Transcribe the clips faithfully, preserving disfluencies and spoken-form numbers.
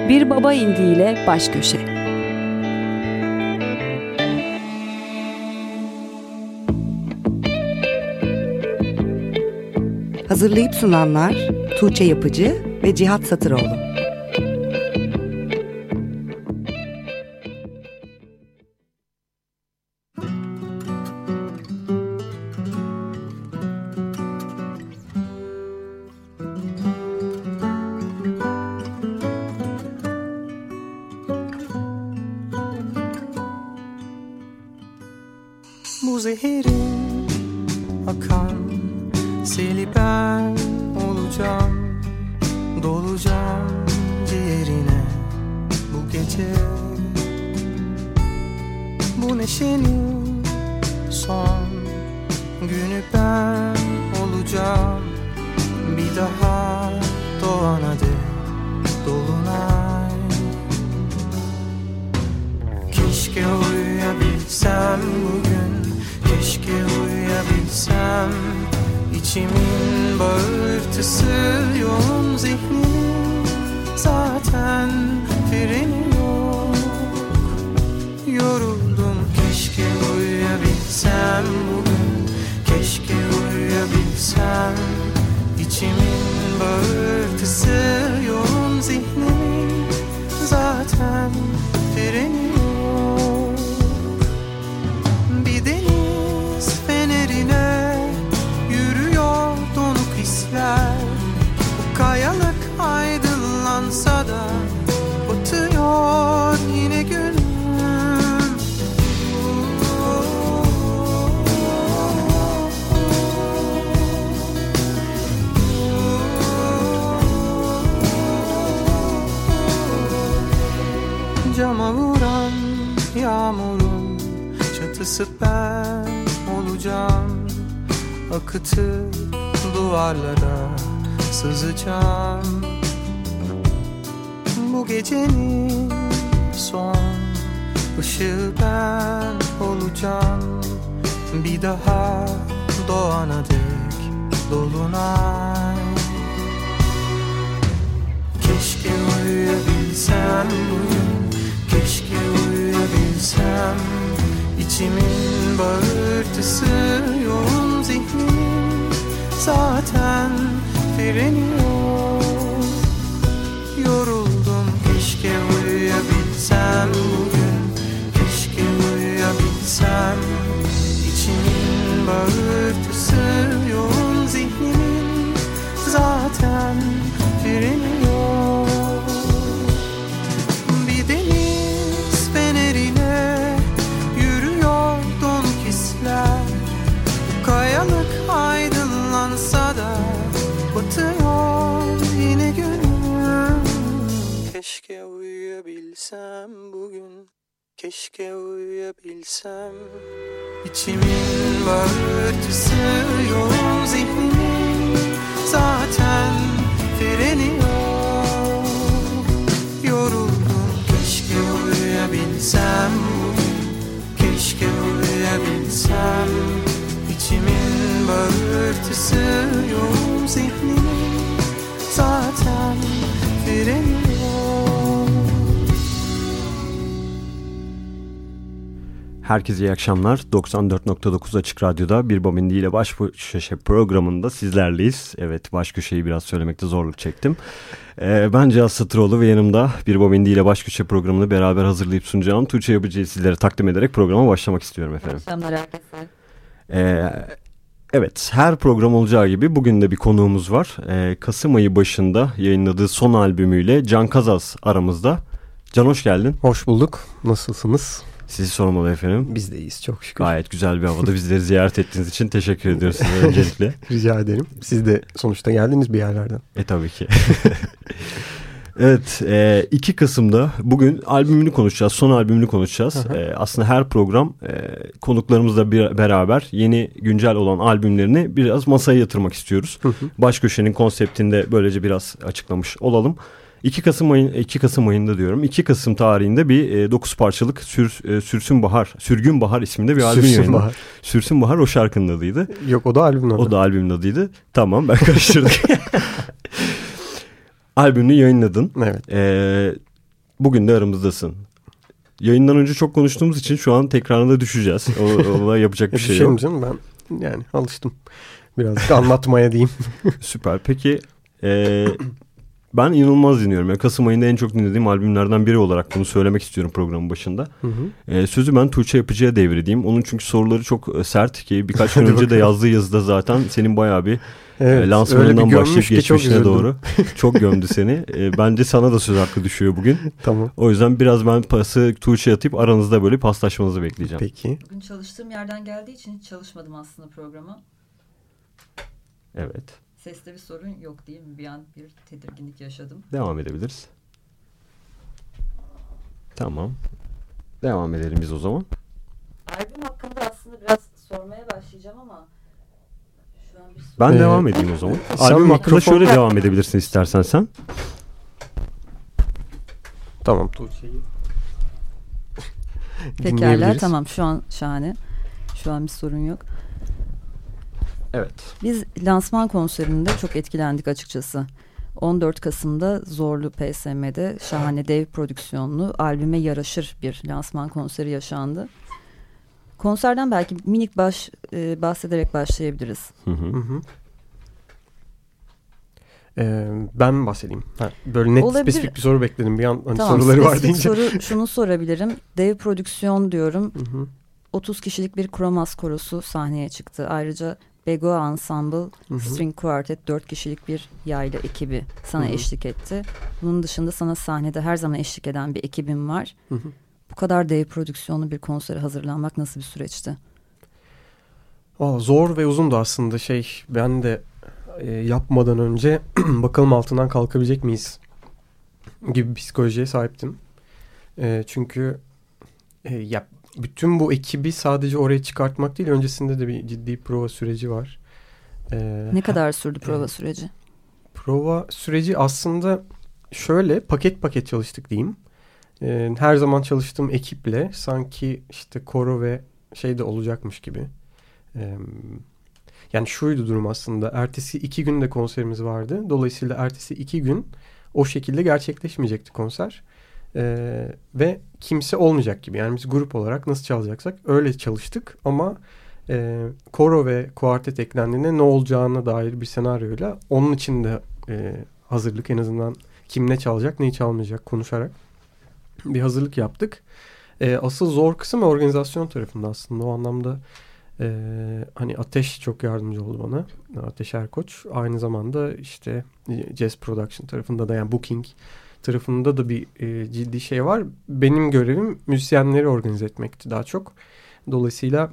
Bir Baba İndiğiyle Baş Köşe. Hazırlayıp sunanlar Tuğçe Yapıcı ve Cihat Satıroğlu. Bu zehirin akan seli ben olacağım, dolacağım ciğerine bu gece. Bu neşenin son günü ben olacağım, bir daha doğana dek dolunay. Keşke uyuyabilsem bugün, keşke uyuyabilsem. İçimin bağırtısı yoğun, zihnim zaten freni yok. Yoruldum, keşke uyuyabilsem bugün, keşke uyuyabilsem. İçimin bağırtısı yoğun, zihnim zaten freni yok. Bir deniz fenerine yürüyor donuk hisler. Bu kayalık aydınlansa da batıyor yine günüm. Cama vuran yağmurun çatısı ben olacağım. Akıtıp duvarlara sızacağım. Bu gecenin son ışığı ben olacağım, bir daha doğana dek dolunay. Keşke uyuyabilsem bugün, keşke uyuyabilsem. İçimin bağırtısı yoğun, zihnim zaten freni yok. Yoruldum, keşke uyuyabilsem bugün, keşke uyuyabilsem. İçimin bağırtısı yoğun, zihnimin zaten freni yok. Bir deniz fenerine yürüyor donuk hisler. Kayalık aydınlansa da batıyor yine günüm. Keşke uyuyabilsem bugün, keşke uyuyabilsem. İçimin bağırtısı yoğun, zihnimin zaten freni yok. Yoruldum, keşke uyuyabilsem bugün, keşke uyuyabilsem. İçimin bağırtısı yoğun, zihnimin zaten freni yok. Herkese iyi akşamlar. doksan dört nokta dokuz Açık Radyo'da Bir Baba İndiğiyle Baş Köşe programında sizlerleyiz. Evet, baş köşeyi biraz söylemekte zorluk çektim. Ee, ben Cihat Satıroğlu ve yanımda Bir Baba İndiğiyle Baş Köşe programını beraber hazırlayıp sunacağım Tuğçe Yapıcı'yı sizlere takdim ederek programa başlamak istiyorum efendim. Akşamlar arkadaşlar. Ee, evet, her program olacağı gibi bugün de bir konuğumuz var. Ee, Kasım ayı başında yayınladığı son albümüyle Can Kazaz aramızda. Can, hoş geldin. Hoş bulduk. Nasılsınız? Sizi sormalı efendim. Biz de iyiyiz çok şükür. Gayet güzel bir havada bizleri ziyaret ettiğiniz için teşekkür ediyoruz size öncelikle. Rica ederim. Siz de sonuçta geldiniz bir yerlerden. E tabii ki. Evet, iki Kasım'da bugün albümünü konuşacağız, son albümünü konuşacağız. E, aslında her program e, konuklarımızla bir, beraber yeni güncel olan albümlerini biraz masaya yatırmak istiyoruz. Hı hı. Baş köşenin konseptinde böylece biraz açıklamış olalım. iki Kasım ayın iki Kasım ayında diyorum. iki Kasım tarihinde bir e, dokuz parçalık Sür, e, Sürsün Bahar, Sürgün Bahar isminde bir albüm Sürsün yayınladı. Bahar. Sürsün Bahar o şarkının adıydı. Yok, o da albümün adı. O da albümün adıydı. Tamam, ben karıştırdım. Albümünü yayınladın. Evet. Ee, bugün de aramızdasın. Yayından önce çok konuştuğumuz için şu an tekrarında düşeceğiz. Ona yapacak bir şey yok. Canım, ben yani alıştım. Birazcık anlatmaya diyeyim. Süper. Peki e, ben inanılmaz dinliyorum. Yani Kasım ayında en çok dinlediğim albümlerden biri olarak bunu söylemek istiyorum programın başında. Hı hı. E, sözü ben Tuğçe Yapıcı'ya devredeyim. Onun çünkü soruları çok sert ki birkaç gün önce de yazdığı yazıda zaten senin bayağı bir evet, e, lansmanından başlayıp geçmişine doğru çok gömdü seni. E, bence sana da söz hakkı düşüyor bugün. Tamam. O yüzden biraz ben pası Tuğçe'ye atıp aranızda böyle paslaşmanızı bekleyeceğim. Peki. Bugün çalıştığım yerden geldiği için hiç çalışmadım aslında programa. Evet. Seste bir sorun yok değil mi? Bir an bir tedirginlik yaşadım. Devam edebiliriz. Tamam. Devam edelim biz o zaman. Albüm hakkında aslında biraz sormaya başlayacağım ama şu an bir soru... Ben ee, devam edeyim o zaman. Albüm hakkında mikrofon... şöyle devam edebilirsin istersen sen. Tamam, Tuğçe'yi Pekala, tamam, şu an şahane. Şu an bir sorun yok. Evet. Biz lansman konserinde çok etkilendik açıkçası. on dört Kasım'da Zorlu P S M'de şahane dev prodüksiyonlu albüme yaraşır bir lansman konseri yaşandı. Konserden belki minik baş e, bahsederek başlayabiliriz. Hı hı. Hı hı. Ee, ben mi bahsedeyim? Ha, böyle net Olabilir. Spesifik bir soru bekledim. Bir an hani tamam, soruları var deyince. Soru, şunu sorabilirim. Dev prodüksiyon diyorum. Hı hı. otuz kişilik bir Kromas korosu sahneye çıktı. Ayrıca Begoa Ensemble, hı hı. String Quartet dört kişilik bir yayla ekibi sana hı hı. eşlik etti. Bunun dışında sana sahnede her zaman eşlik eden bir ekibim var. Hı hı. Bu kadar dev prodüksiyonlu bir konsere hazırlanmak nasıl bir süreçti? Aa, zor ve uzundu aslında şey. Ben de e, yapmadan önce bakalım altından kalkabilecek miyiz gibi bir psikolojiye sahiptim. E, çünkü e, ya bütün bu ekibi sadece oraya çıkartmak değil, öncesinde de bir ciddi prova süreci var. Ee, ne kadar sürdü prova e, süreci? Prova süreci aslında şöyle paket paket çalıştık diyeyim. Ee, her zaman çalıştığım ekiple sanki işte koro ve şey de olacakmış gibi. Ee, yani şuydu durum aslında. Ertesi iki günde konserimiz vardı. Dolayısıyla ertesi iki gün o şekilde gerçekleşmeyecekti konser. Ee, ve kimse olmayacak gibi. Yani biz grup olarak nasıl çalacaksak öyle çalıştık ama e, koro ve kuartet eklendiğinde ne olacağına dair bir senaryoyla onun için de e, hazırlık, en azından kim ne çalacak neyi çalmayacak konuşarak bir hazırlık yaptık. E, asıl zor kısım organizasyon tarafında aslında. O anlamda e, hani Ateş çok yardımcı oldu bana. Ateş Erkoç. Aynı zamanda işte Jazz Production tarafında da, yani Booking tarafında da bir e, ciddi şey var. Benim görevim müzisyenleri organize etmekti daha çok. Dolayısıyla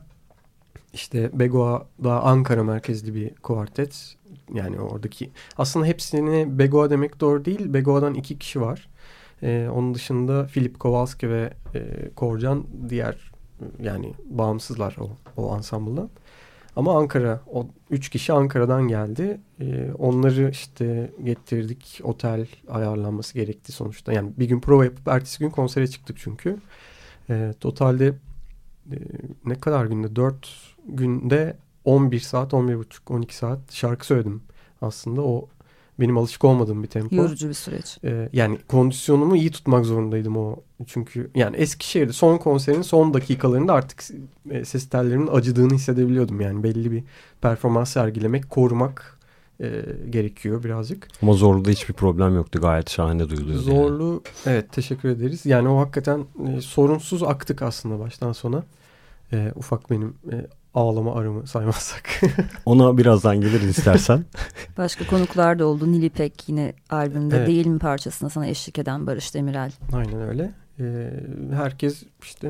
işte Begoa daha Ankara merkezli bir kuartet. Yani oradaki aslında hepsini Begoa demek doğru değil. Begoa'dan iki kişi var. E, onun dışında Filip Kowalski ve e, Korcan diğer yani bağımsızlar o, o ansambuldan. Ama Ankara, o üç kişi Ankara'dan geldi. Ee, onları işte getirdik. Otel ayarlanması gerekti sonuçta. Yani bir gün prova yapıp ertesi gün konsere çıktık çünkü. Ee, totalde e, ne kadar günde? dört günde on bir saat, on bir buçuk, on iki saat şarkı söyledim. Aslında o benim alışık olmadığım bir tempo. Yorucu bir süreç. Ee, yani kondisyonumu iyi tutmak zorundaydım o. Çünkü yani Eskişehir'de son konserin son dakikalarında artık ses tellerimin acıdığını hissedebiliyordum. Yani belli bir performans sergilemek, korumak e, gerekiyor birazcık. Ama Zorlu'da hiçbir problem yoktu. Gayet şahane duyuluyordu. Zorlu, yani. Evet, teşekkür ederiz. Yani o hakikaten e, sorunsuz aktık aslında baştan sona. E, ufak benim e, ağlama aramı saymazsak. Ona birazdan geliriz istersen. Başka konuklar da oldu. Nilipek yine albümde evet. Değil mi parçasına sana eşlik eden Barış Demirel. Aynen öyle. Ee, herkes işte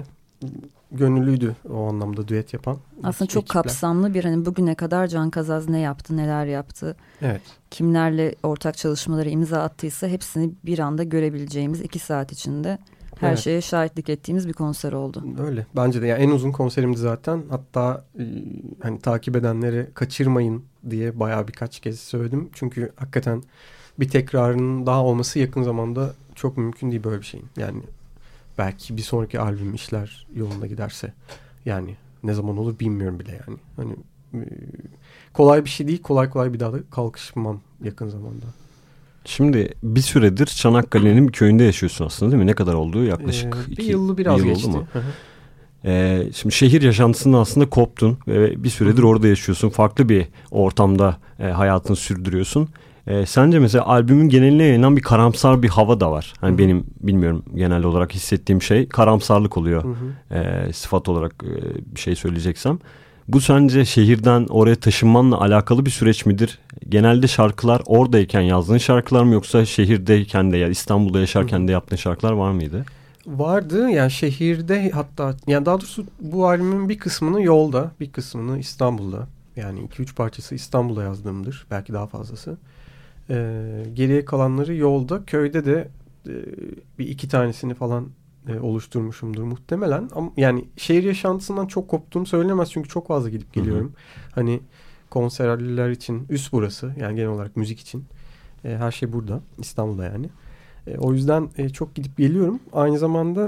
gönüllüydü o anlamda düet yapan. Aslında çok ekipler. Kapsamlı bir, hani bugüne kadar Can Kazaz ne yaptı, neler yaptı. Evet. Kimlerle ortak çalışmaları imza attıysa hepsini bir anda görebileceğimiz iki saat içinde her evet. şeye şahitlik ettiğimiz bir konser oldu. Öyle. Bence de yani en uzun konserimdi zaten. Hatta e, hani takip edenlere kaçırmayın diye bayağı birkaç kez söyledim. Çünkü hakikaten bir tekrarının daha olması yakın zamanda çok mümkün değil böyle bir şeyin. Yani belki bir sonraki albüm işler yolunda giderse. Yani ne zaman olur bilmiyorum bile yani. Hani e, kolay bir şey değil. Kolay kolay bir daha da kalkışmam yakın zamanda. Şimdi bir süredir Çanakkale'nin bir köyünde yaşıyorsun aslında değil mi? Ne kadar oldu? Yaklaşık ee, iki, bir yıllı biraz bir yıl geçti. oldu mu? Ee, şimdi şehir yaşantısından aslında koptun ve bir süredir Hı-hı. orada yaşıyorsun. Farklı bir ortamda e, hayatını sürdürüyorsun. E, sence mesela albümün geneline yayılan bir karamsar bir hava da var. Hani Hı-hı. benim bilmiyorum genel olarak hissettiğim şey karamsarlık oluyor. E, sıfat olarak e, bir şey söyleyeceksem. Bu sence şehirden oraya taşınmanla alakalı bir süreç midir? Genelde şarkılar oradayken yazdığın şarkılar mı yoksa şehirdeyken de ya İstanbul'da yaşarken Hı-hı. de yaptığın şarkılar var mıydı? Vardı yani şehirde, hatta yani daha doğrusu bu albümün bir kısmını yolda, bir kısmını İstanbul'da, yani iki üç parçası İstanbul'da yazdığımdır, belki daha fazlası. Ee, geriye kalanları yolda, köyde de e, bir iki tanesini falan e, oluşturmuşumdur muhtemelen. Ama yani şehir yaşantısından çok koptuğum söylenemez çünkü çok fazla gidip geliyorum. Hı hı. Hani konserler için üst burası, yani genel olarak müzik için e, her şey burada, İstanbul'da yani. E, o yüzden e, çok gidip geliyorum. Aynı zamanda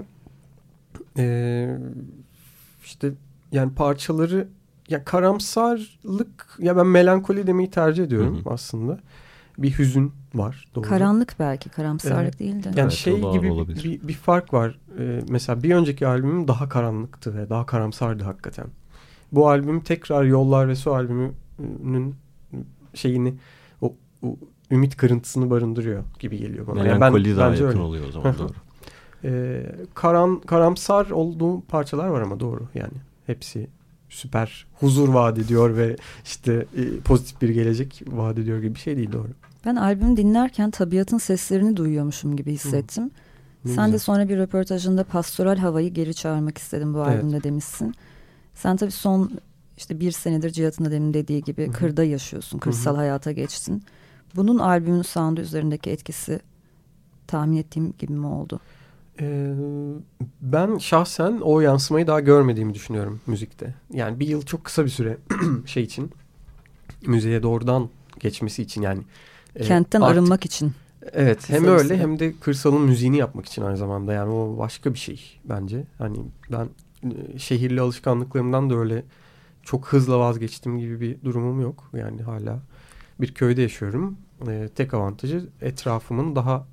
e, işte yani parçaları, ya karamsarlık, ya ben melankoli demeyi tercih ediyorum Hı-hı. aslında. Bir hüzün var. Doğru. Karanlık belki, karamsarlık evet. değil de. Yani evet, şey gibi bir, bir fark var. E, mesela bir önceki albümüm daha karanlıktı ve daha karamsardı hakikaten. Bu albüm tekrar Yollar ve Su albümünün şeyini, o, o ümit kırıntısını barındırıyor gibi geliyor bana. Melankoli yani daha yakın öyle. oluyor o zaman doğru. Ee, karan, karamsar olduğu parçalar var ama doğru yani. Hepsi süper huzur vaat ediyor ve işte e, pozitif bir gelecek vaat ediyor gibi bir şey değil, doğru. Ben albümü dinlerken tabiatın seslerini duyuyormuşum gibi hissettim. Hı. Sen güzel. De sonra bir röportajında pastoral havayı geri çağırmak istedim bu albümde evet. demişsin. Sen tabii son işte bir senedir Cihat'ın da demin dediği gibi Hı-hı. kırda yaşıyorsun. Kırsal Hı-hı. hayata geçtin. Bunun albümün sound'u üzerindeki etkisi tahmin ettiğim gibi mi oldu? Ee, ben şahsen o yansımayı daha görmediğimi düşünüyorum müzikte. Yani bir yıl çok kısa bir süre şey için, müziğe doğrudan geçmesi için yani. Kentten e, artık, arınmak için. Evet, kısa hem öyle süre. Hem de kırsalın müziğini yapmak için aynı zamanda. Yani o başka bir şey bence. Hani ben e, şehirli alışkanlıklarımdan da öyle çok hızla vazgeçtim gibi bir durumum yok. Yani hala bir köyde yaşıyorum. Ee, tek avantajı etrafımın daha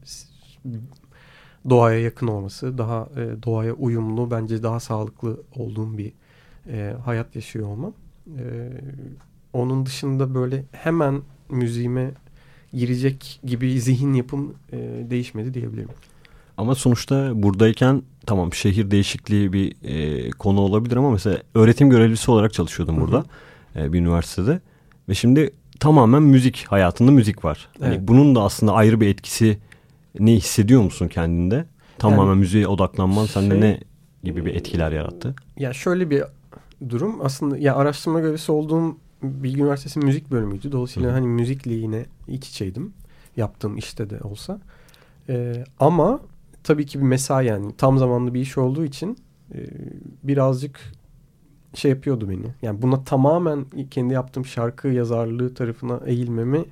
doğaya yakın olması, daha e, doğaya uyumlu, bence daha sağlıklı olduğum bir e, hayat yaşıyor olmam. E, onun dışında böyle hemen müziğime girecek gibi zihin yapım e, değişmedi diyebilirim. Ama sonuçta buradayken tamam şehir değişikliği bir e, konu olabilir ama mesela öğretim görevlisi olarak çalışıyordum burada e, bir üniversitede ve şimdi tamamen müzik, hayatında müzik var. Evet. Hani bunun da aslında ayrı bir etkisi, ne hissediyor musun kendinde? Tamamen yani, müziğe odaklanman şey, sende ne gibi bir etkiler yarattı? Ya şöyle bir durum aslında, ya araştırma görevlisi olduğum Bilgi Üniversitesi müzik bölümüydü. Dolayısıyla Hı. hani müzikle yine iç içeydim. Yaptığım işte de olsa. Ee, ama tabii ki bir mesai, yani tam zamanlı bir iş olduğu için e, birazcık şey yapıyordu beni. Yani buna tamamen kendi yaptığım şarkı yazarlığı tarafına eğilmemi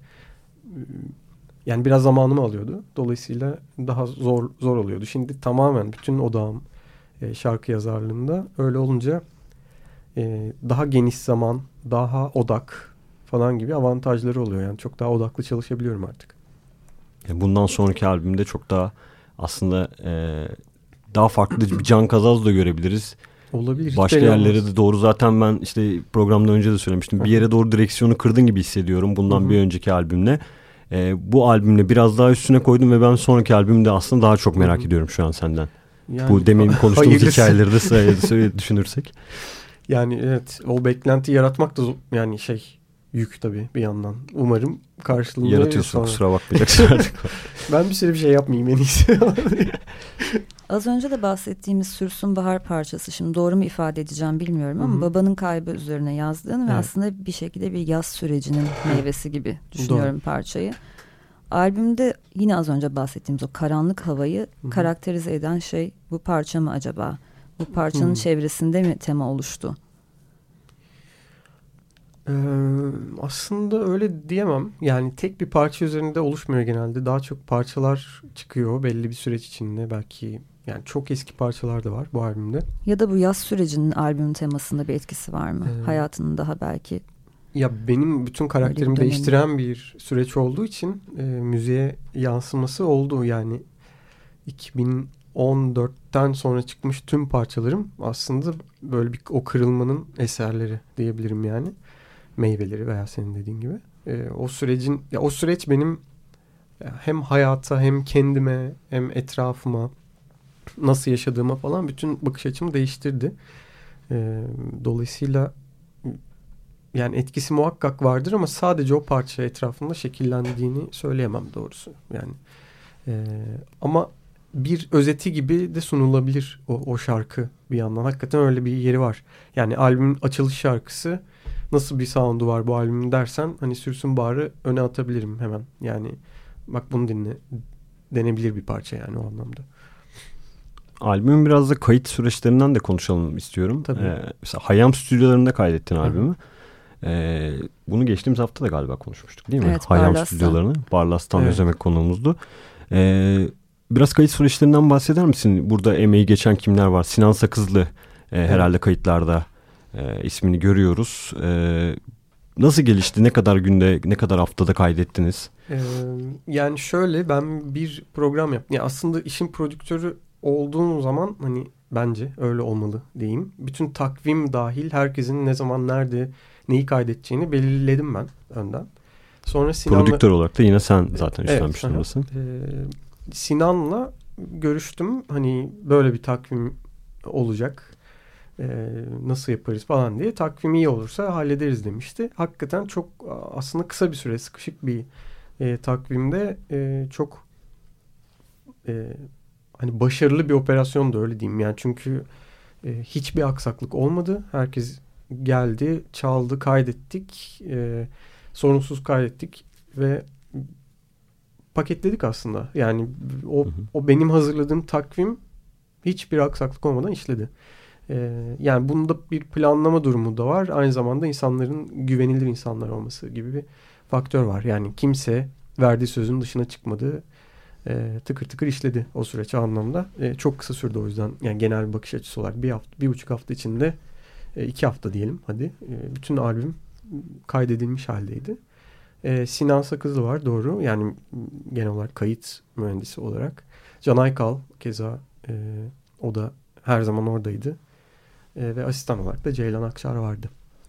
yani biraz zamanımı alıyordu. Dolayısıyla daha zor zor oluyordu. Şimdi tamamen bütün odağım e, şarkı yazarlığında. Öyle olunca e, daha geniş zaman, daha odak falan gibi avantajları oluyor. Yani çok daha odaklı çalışabiliyorum artık. Bundan sonraki albümde çok daha aslında e, daha farklı bir Can Kazaz da görebiliriz. Olabilir. Başka yerlere de doğru, zaten ben işte programdan önce de söylemiştim. Bir yere doğru direksiyonu kırdın gibi hissediyorum bundan Hı-hı. bir önceki albümle. Ee, bu albümle biraz daha üstüne koydum ve ben sonraki albümde aslında daha çok merak Hı-hı. ediyorum şu an senden. Yani, bu demin konuştuğumuz hayırlısı. Hikayeleri de düşünürsek. Yani evet, o beklenti yaratmak da yani şey yük tabii bir yandan. Umarım karşılığını yaratıyorsun sonra. Kusura bakmayacaksın artık. Ben bir sürü bir şey yapmayayım en iyisi. Az önce de bahsettiğimiz Sürsün Bahar parçası, şimdi doğru mu ifade edeceğim bilmiyorum ama Hı-hı. babanın kaybı üzerine yazdığın evet. ve aslında bir şekilde bir yaz sürecinin meyvesi gibi düşünüyorum doğru. parçayı. Albümde yine az önce bahsettiğimiz o karanlık havayı Hı-hı. karakterize eden şey bu parça mı acaba? Bu parçanın Hı-hı. çevresinde mi tema oluştu? Ee, aslında öyle diyemem. Yani tek bir parça üzerinde oluşmuyor genelde. Daha çok parçalar çıkıyor belli bir süreç içinde. Belki yani çok eski parçalar da var bu albümde. Ya da bu yaz sürecinin albümün temasında bir etkisi var mı? Ee, Hayatının daha belki Ya benim bütün karakterimi değiştiren bir süreç olduğu için e, müziğe yansıması oldu. Yani iki bin on dörtten sonra çıkmış tüm parçalarım aslında böyle bir o kırılmanın eserleri diyebilirim yani. Meyveleri veya senin dediğin gibi. E, o sürecin ya o süreç benim hem hayata hem kendime hem etrafıma nasıl yaşadığıma falan bütün bakış açımı değiştirdi. E, dolayısıyla yani etkisi muhakkak vardır ama sadece o parça etrafında şekillendiğini söyleyemem doğrusu. Yani e, ama bir özeti gibi de sunulabilir o, o şarkı bir yandan. Hakikaten öyle bir yeri var. Yani albümün açılış şarkısı nasıl bir sound'u var bu albümün dersen hani Sürsün Bahar'ı öne atabilirim hemen. Yani bak bunu dinle denebilir bir parça yani o anlamda. Albümün biraz da kayıt süreçlerinden de konuşalım istiyorum. Tabii. Ee, mesela Hayam stüdyolarında kaydettin albümü. Ee, bunu geçtiğimiz hafta da galiba konuşmuştuk değil mi? Evet, Hayam Barlas'tan. stüdyolarını. Barlas'tan Evet. Özemek konuğumuzdu. Ee, biraz kayıt süreçlerinden bahseder misin? Burada emeği geçen kimler var? Sinan Sakızlı e, evet. herhalde kayıtlarda e, ismini görüyoruz. E, nasıl gelişti? Ne kadar günde, ne kadar haftada kaydettiniz? Ee, yani şöyle ben bir program yaptım. Yani aslında işin prodüktörü olduğum zaman hani bence öyle olmalı diyeyim. Bütün takvim dahil herkesin ne zaman nerede neyi kaydedeceğini belirledim ben önden. Sonra Sinan'la... Prodüktör olarak da yine sen zaten evet, üstlenmiş durumdasın. Ee, Sinan'la görüştüm. Hani böyle bir takvim olacak. Ee, nasıl yaparız falan diye. Takvim iyi olursa hallederiz demişti. Hakikaten çok aslında kısa bir süre sıkışık bir e, takvimde e, çok e, hani başarılı bir operasyon da öyle diyeyim. Yani çünkü e, hiçbir aksaklık olmadı. Herkes geldi, çaldı, kaydettik. E, sorunsuz kaydettik ve paketledik aslında. Yani o, hı hı. o benim hazırladığım takvim hiçbir aksaklık olmadan işledi. E, yani bunda bir planlama durumu da var. Aynı zamanda insanların güvenilir insanlar olması gibi bir faktör var. Yani kimse verdiği sözün dışına çıkmadı. E, tıkır tıkır işledi o süreç anlamda. E, çok kısa sürdü o yüzden. Yani genel bir bakış açısı olarak bir hafta, bir buçuk hafta içinde e, iki hafta diyelim hadi. E, bütün albüm kaydedilmiş haldeydi. E, Sinan Sakızlı var doğru. Yani genel olarak kayıt mühendisi olarak. Can Aykal keza e, o da her zaman oradaydı. E, ve asistan olarak da Ceylan Akçar vardı.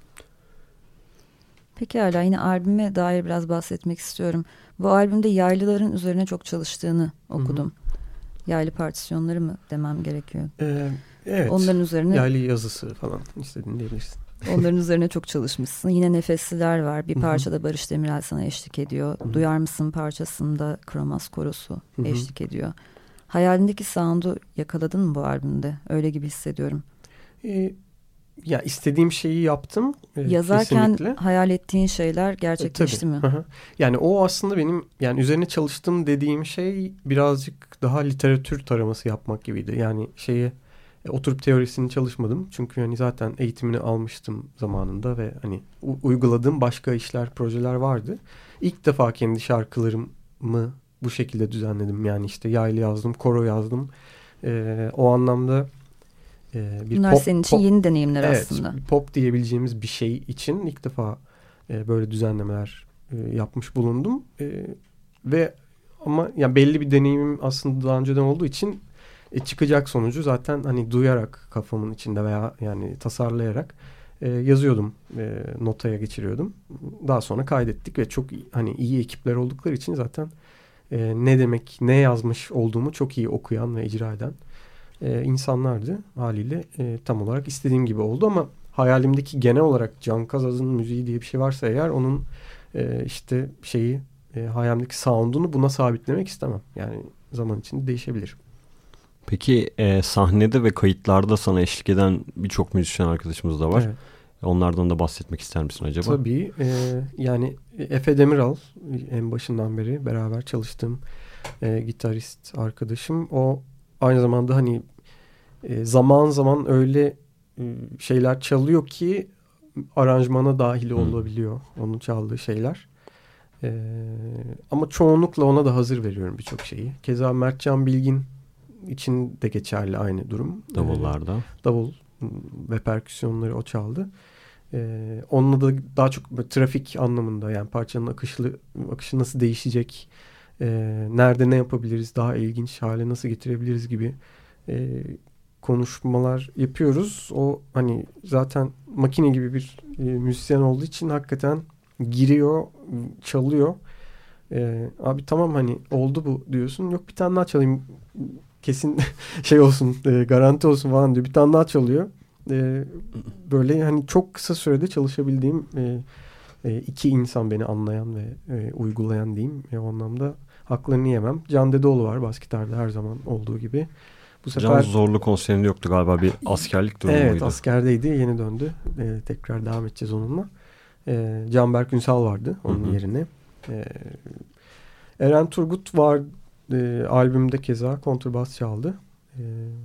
Peki hala yine albüme dair biraz bahsetmek istiyorum. Bu albümde yaylıların üzerine çok çalıştığını okudum. Hı-hı. Yaylı partisyonları mı demem gerekiyor? Ee, evet. Onların üzerine yaylı yazısı falan istediğini diyebilirsin. Onların üzerine çok çalışmışsın. Yine Nefesliler var. Bir parçada Barış Demirel sana eşlik ediyor. Hı-hı. Duyar mısın parçasında Kromas Korosu Hı-hı. eşlik ediyor. Hayalindeki sound'u yakaladın mı bu albümde? Öyle gibi hissediyorum. Ee, ya istediğim şeyi yaptım. Ee, Yazarken kesinlikle. hayal ettiğin şeyler gerçekleşti e, mi? Hı-hı. Yani o aslında benim yani üzerine çalıştım dediğim şey birazcık daha literatür taraması yapmak gibiydi. Yani şeye e, oturup teorisini çalışmadım. Çünkü hani zaten eğitimini almıştım zamanında ve hani u- uyguladığım başka işler, projeler vardı. İlk defa kendi şarkılarımı bu şekilde düzenledim. Yani işte yaylı yazdım, koro yazdım. Ee, o anlamda Bir Bunlar pop, senin için pop, yeni deneyimler evet, aslında. Pop diyebileceğimiz bir şey için ilk defa e, böyle düzenlemeler e, yapmış bulundum. E, ve ama yani belli bir deneyimim aslında daha önceden olduğu için e, çıkacak sonucu zaten hani duyarak kafamın içinde veya yani tasarlayarak e, yazıyordum. E, notaya geçiriyordum. Daha sonra kaydettik ve çok hani iyi ekipler oldukları için zaten e, ne demek, ne yazmış olduğumu çok iyi okuyan ve icra eden Ee, insanlardı haliyle e, tam olarak istediğim gibi oldu ama hayalimdeki genel olarak Can Kazaz'ın müziği diye bir şey varsa eğer onun e, işte şeyi e, hayalimdeki sound'unu buna sabitlemek istemem. Yani zaman içinde değişebilir. Peki e, sahnede ve kayıtlarda sana eşlik eden birçok müzisyen arkadaşımız da var. Evet. Onlardan da bahsetmek ister misin acaba? Tabii. E, yani Efe Demiral en başından beri beraber çalıştığım e, gitarist arkadaşım. O aynı zamanda hani e, zaman zaman öyle e, şeyler çalıyor ki aranjmana dahil hmm. olabiliyor onun çaldığı şeyler. E, ama çoğunlukla ona da hazır veriyorum birçok şeyi. Keza Mertcan Bilgin için de geçerli aynı durum. Davullarda. E, davul ve perküsyonları o çaldı. Ee, onunla da daha çok böyle trafik anlamında, yani parçanın akışlı akışı nasıl değişecek, e, nerede ne yapabiliriz, daha ilginç hale nasıl getirebiliriz gibi e, konuşmalar yapıyoruz. O hani zaten makine gibi bir e, müzisyen olduğu için hakikaten giriyor, çalıyor. E, abi tamam hani oldu bu diyorsun. Yok bir tane daha çalayım. Kesin şey olsun, e, garanti olsun falan diyor. Bir tane daha çalıyor. E, böyle hani çok kısa sürede çalışabildiğim e, e, iki insan, beni anlayan ve e, uygulayan diyeyim. E, o anlamda haklarını yemem. Can Dedeoğlu var bas gitarda her zaman olduğu gibi. Bu sefer Can Zorlu konserinde yoktu galiba, bir askerlik durumu evet, muydu? askerdeydi, yeni döndü. E, tekrar devam edeceğiz onunla. E, Canberk Ünsal vardı onun Hı-hı. yerine. E, Eren Turgut var e, albümde keza kontrbas çaldı. E,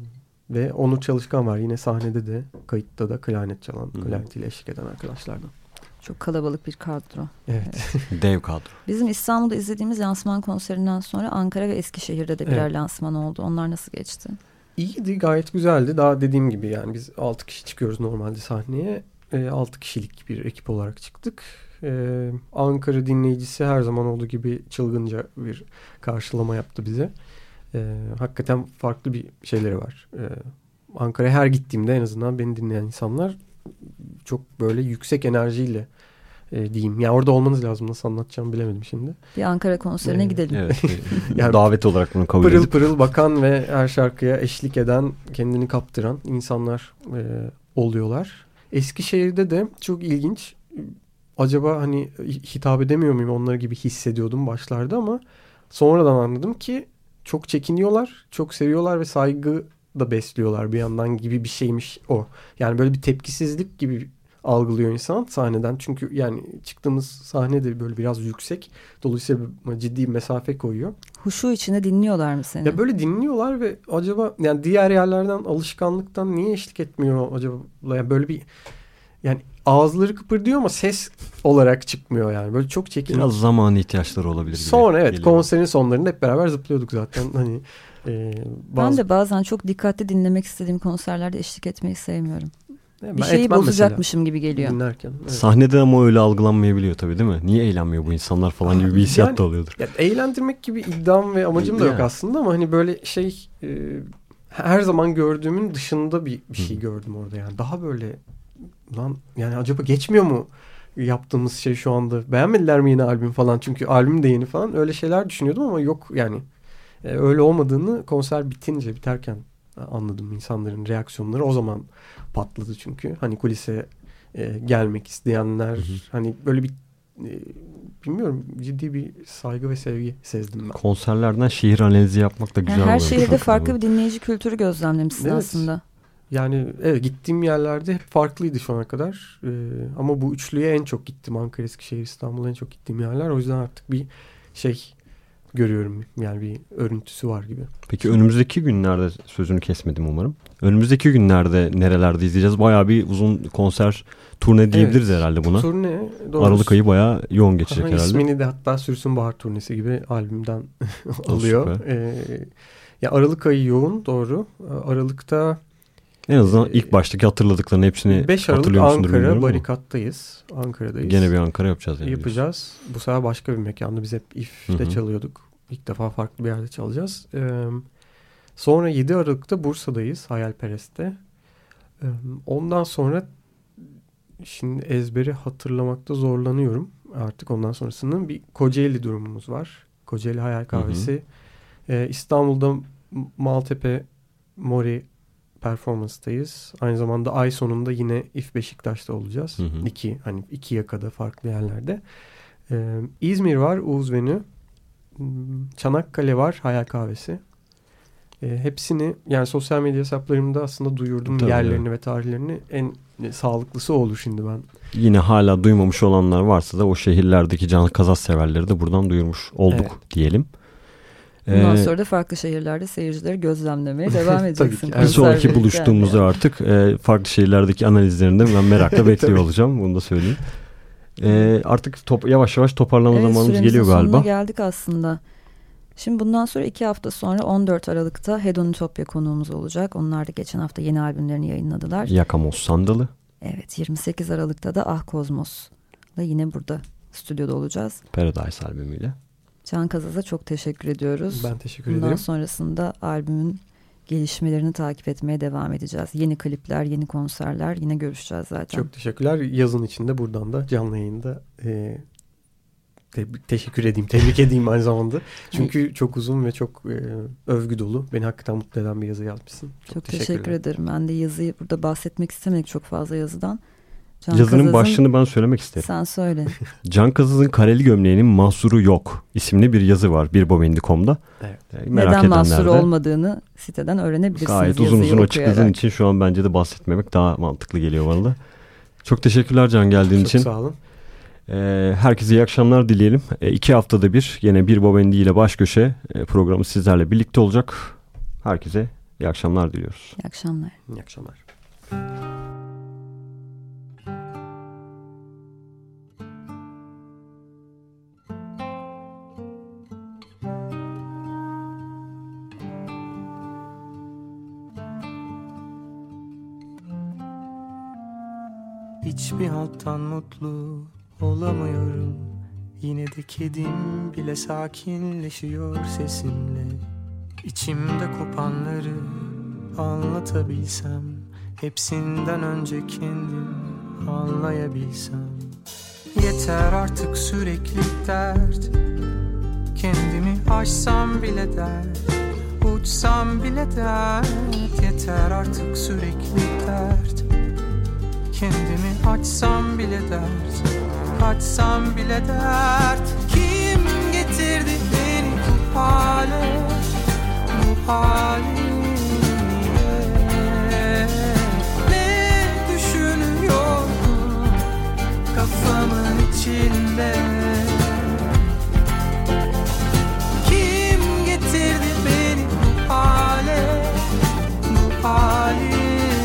ve Onur Çalışkan var yine sahnede de, kayıtta da klarnet çalan, klarnetiyle eşlik eden arkadaşlardan. Çok kalabalık bir kadro. Evet. evet. Dev kadro. Bizim İstanbul'da izlediğimiz lansman konserinden sonra Ankara ve Eskişehir'de de birer evet. lansman oldu. Onlar nasıl geçti? İyiydi, gayet güzeldi. Daha dediğim gibi yani biz altı kişi çıkıyoruz normalde sahneye. E, altı kişilik bir ekip olarak çıktık. E, Ankara dinleyicisi her zaman olduğu gibi çılgınca bir karşılama yaptı bize. E, hakikaten farklı bir şeyleri var. E, Ankara'ya her gittiğimde en azından beni dinleyen insanlar çok böyle yüksek enerjiyle e, diyeyim. Ya orada olmanız lazım. Nasıl anlatacağımı bilemedim şimdi. Bir Ankara konserine ee, gidelim. Evet. yani davet olarak bunu kabul pırıl edip. Pırıl pırıl bakan ve her şarkıya eşlik eden, kendini kaptıran insanlar e, oluyorlar. Eskişehir'de de çok ilginç. Acaba hani hitap edemiyor muyum onlara gibi hissediyordum başlarda ama sonradan anladım ki çok çekiniyorlar, çok seviyorlar ve saygı da besliyorlar bir yandan gibi bir şeymiş o. Yani böyle bir tepkisizlik gibi algılıyor insan sahneden. Çünkü yani çıktığımız sahne de böyle biraz yüksek. Dolayısıyla ciddi bir mesafe koyuyor. Huşu içinde dinliyorlar mı seni? Ya böyle dinliyorlar ve acaba yani diğer yerlerden alışkanlıktan niye eşlik etmiyor acaba? Yani böyle bir yani ağızları kıpırdıyor ama ses olarak çıkmıyor yani. Böyle çok çekiniyor. Biraz zaman ihtiyaçları olabilir gibi. Sonra evet geliyor. Konserin sonlarında hep beraber zıplıyorduk zaten. Hani e, bazı... Ben de bazen çok dikkatli dinlemek istediğim konserlerde eşlik etmeyi sevmiyorum. Ben bir şeyi bozacakmışım gibi geliyor. Dinlerken, evet. Sahnede ama öyle algılanmayabiliyor tabii değil mi? Niye eğlenmiyor bu insanlar falan gibi bir hissiyat yani, da oluyordur. Yani eğlendirmek gibi iddiam ve amacım da yok aslında ama hani böyle şey e, her zaman gördüğümün dışında bir, bir şey Hı. gördüm orada yani. Daha böyle lan yani acaba geçmiyor mu yaptığımız şey şu anda? Beğenmediler mi yeni albüm falan? Çünkü albüm de yeni falan. Öyle şeyler düşünüyordum ama yok yani. E, öyle olmadığını konser bitince, biterken anladım. İnsanların reaksiyonları o zaman patladı çünkü. Hani kulise e, gelmek isteyenler, hı hı. hani böyle bir e, bilmiyorum, ciddi bir saygı ve sevgi sezdim ben. Konserlerden şehir analizi yapmak da güzel yani her oluyor. şehirde farklı bir dinleyici kültürü gözlemlemişsin evet. aslında. Yani evet, gittiğim yerlerde hep farklıydı şu ana kadar. Ee, ama bu üçlüye en çok gittim. Ankara, Eskişehir, İstanbul'a en çok gittiğim yerler. O yüzden artık bir şey görüyorum. Yani bir örüntüsü var gibi. Peki önümüzdeki günlerde, sözünü kesmedim umarım. Önümüzdeki günlerde nerelerde izleyeceğiz? Bayağı bir uzun konser turne diyebiliriz evet, herhalde buna. Turne. Doğrusu. Aralık ayı bayağı yoğun geçecek Aha, herhalde. İsmini de hatta Sürsün Bahar turnesi gibi albümden alıyor. Ee, ya Aralık ayı yoğun, doğru. Aralık'ta en azından ilk baştaki hatırladıklarını hepsini beş Aralık hatırlıyor musundur bilmiyorum Ankara barikattayız. Ankara'dayız. Gene bir Ankara yapacağız yani. Yapacağız. Bu sefer başka bir mekanda. Biz hep İF'te Hı-hı. çalıyorduk. İlk defa farklı bir yerde çalacağız. Ee, sonra yedi Aralık'ta Bursa'dayız. Hayalperest'te. Ee, ondan sonra şimdi ezberi hatırlamakta zorlanıyorum. Artık ondan sonrasının bir Kocaeli durumumuz var. Kocaeli Hayal Kahvesi. Ee, İstanbul'da Maltepe Mori performanstayız. Aynı zamanda ay sonunda yine İF Beşiktaş'ta olacağız. Hı hı. İki, hani iki yakada farklı yerlerde. Ee, İzmir var, Uğuz Venü. Çanakkale var, Hayal Kahvesi. Ee, hepsini yani sosyal medya hesaplarımda aslında duyurdum. Tabii, yerlerini evet. ve tarihlerini. En e, sağlıklısı olur şimdi ben. Yine hala duymamış olanlar varsa da o şehirlerdeki can kazas severleri de buradan duyurmuş olduk evet. diyelim. Bundan ee, sonra da farklı şehirlerde seyircileri gözlemlemeye devam edeceksin. Bir sonraki buluştuğumuzda yani. artık e, farklı şehirlerdeki analizlerini de ben merakla bekliyor olacağım. Bunu da söyleyeyim. E, artık top, yavaş yavaş toparlama evet, zamanımız geliyor galiba. Evet, sonuna geldik aslında. Şimdi bundan sonra iki hafta sonra on dört Aralık'ta Hedonitopya konuğumuz olacak. Onlar da geçen hafta yeni albümlerini yayınladılar. Yakamoz Sandalı. Evet, yirmi sekiz Aralık'ta da Ah Kozmos'la yine burada stüdyoda olacağız. Paradise albümüyle. Can Kazaz'a çok teşekkür ediyoruz. Ben teşekkür Bundan ederim. Bundan sonrasında albümün gelişmelerini takip etmeye devam edeceğiz. Yeni klipler, yeni konserler, yine görüşeceğiz zaten. Çok teşekkürler. Yazın içinde buradan da canlı yayında e, te- teşekkür edeyim, tebrik edeyim aynı zamanda. Çünkü Hayır. çok uzun ve çok e, övgü dolu. Beni hakikaten mutlu eden bir yazı yazmışsın. Çok, çok teşekkür ederim. Ben de yazıyı burada bahsetmek istemedik çok fazla yazıdan. Can Yazının Kazaz'ın, başlığını ben söylemek isterim. Sen söyle. Can Kazaz'ın Kareli Gömleğinin Mahsuru Yok isimli bir yazı var birbobendi nokta com'da. Evet. Ee, merak Neden mahsuru de, olmadığını siteden öğrenebilirsiniz. Gayet uzun uzun açıkladığın için şu an bence de bahsetmemek daha mantıklı geliyor bana da. Çok teşekkürler Can geldiğin Çok için. Çok sağ olun. Ee, herkese iyi akşamlar dileyelim. Ee, iki haftada bir yine Birbobendi ile Baş Köşe e, programı sizlerle birlikte olacak. Herkese iyi akşamlar diliyoruz. İyi akşamlar. İyi akşamlar. Hiçbir halttan mutlu olamıyorum. Yine de kedim bile sakinleşiyor sesimle. İçimde kopanları anlatabilsem, hepsinden önce kendim anlayabilsem. Yeter artık sürekli dert, kendimi aşsam bile dert, uçsam bile dert. Yeter artık sürekli dert, kendimi açsam bile dert, kaçsam bile dert. Kim getirdi beni bu hale, bu hale? Ne düşünüyorum kafamın içinde? Kim getirdi beni bu hale, bu hale?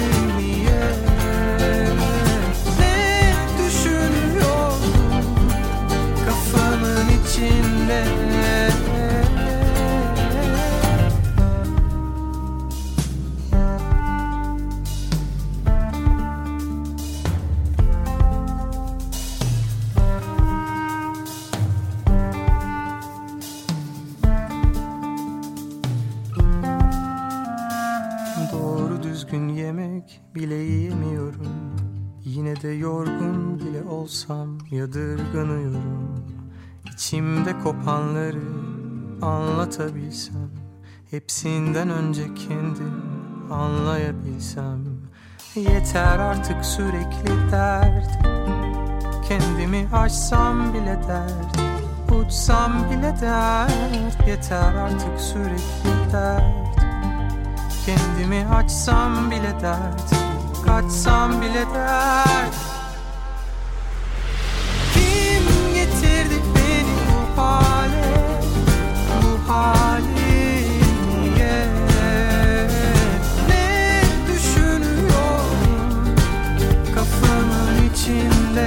İçinde. Doğru düzgün yemek bile yiyemiyorum. Yine de yorgun bile olsam yadırganıyorum. İçimde kopanları anlatabilsem, hepsinden önce kendim anlayabilsem. Yeter artık sürekli dert, kendimi aşsam bile dert, uçsam bile dert. Yeter artık sürekli dert, kendimi açsam bile dert, kaçsam bile dert. Kim getirdi beni bu hale, bu hale? Niye? Ne düşünüyorum kafamın içinde?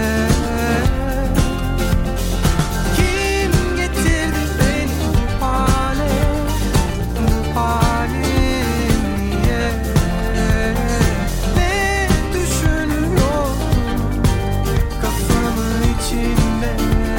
Kim getirdi beni bu hale, bu hale? Niye? Ne düşünüyorum kafamın içinde?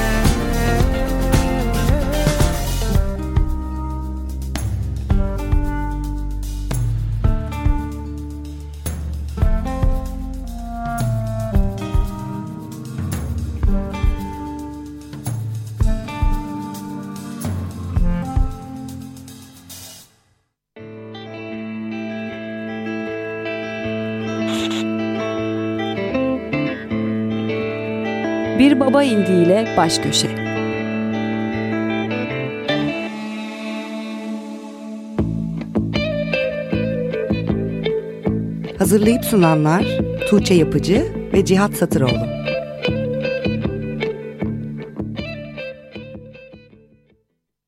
Bir Baba İndi ile Baş Köşe. Hazırlayıp sunanlar Tuğçe Yapıcı ve Cihat Satıroğlu.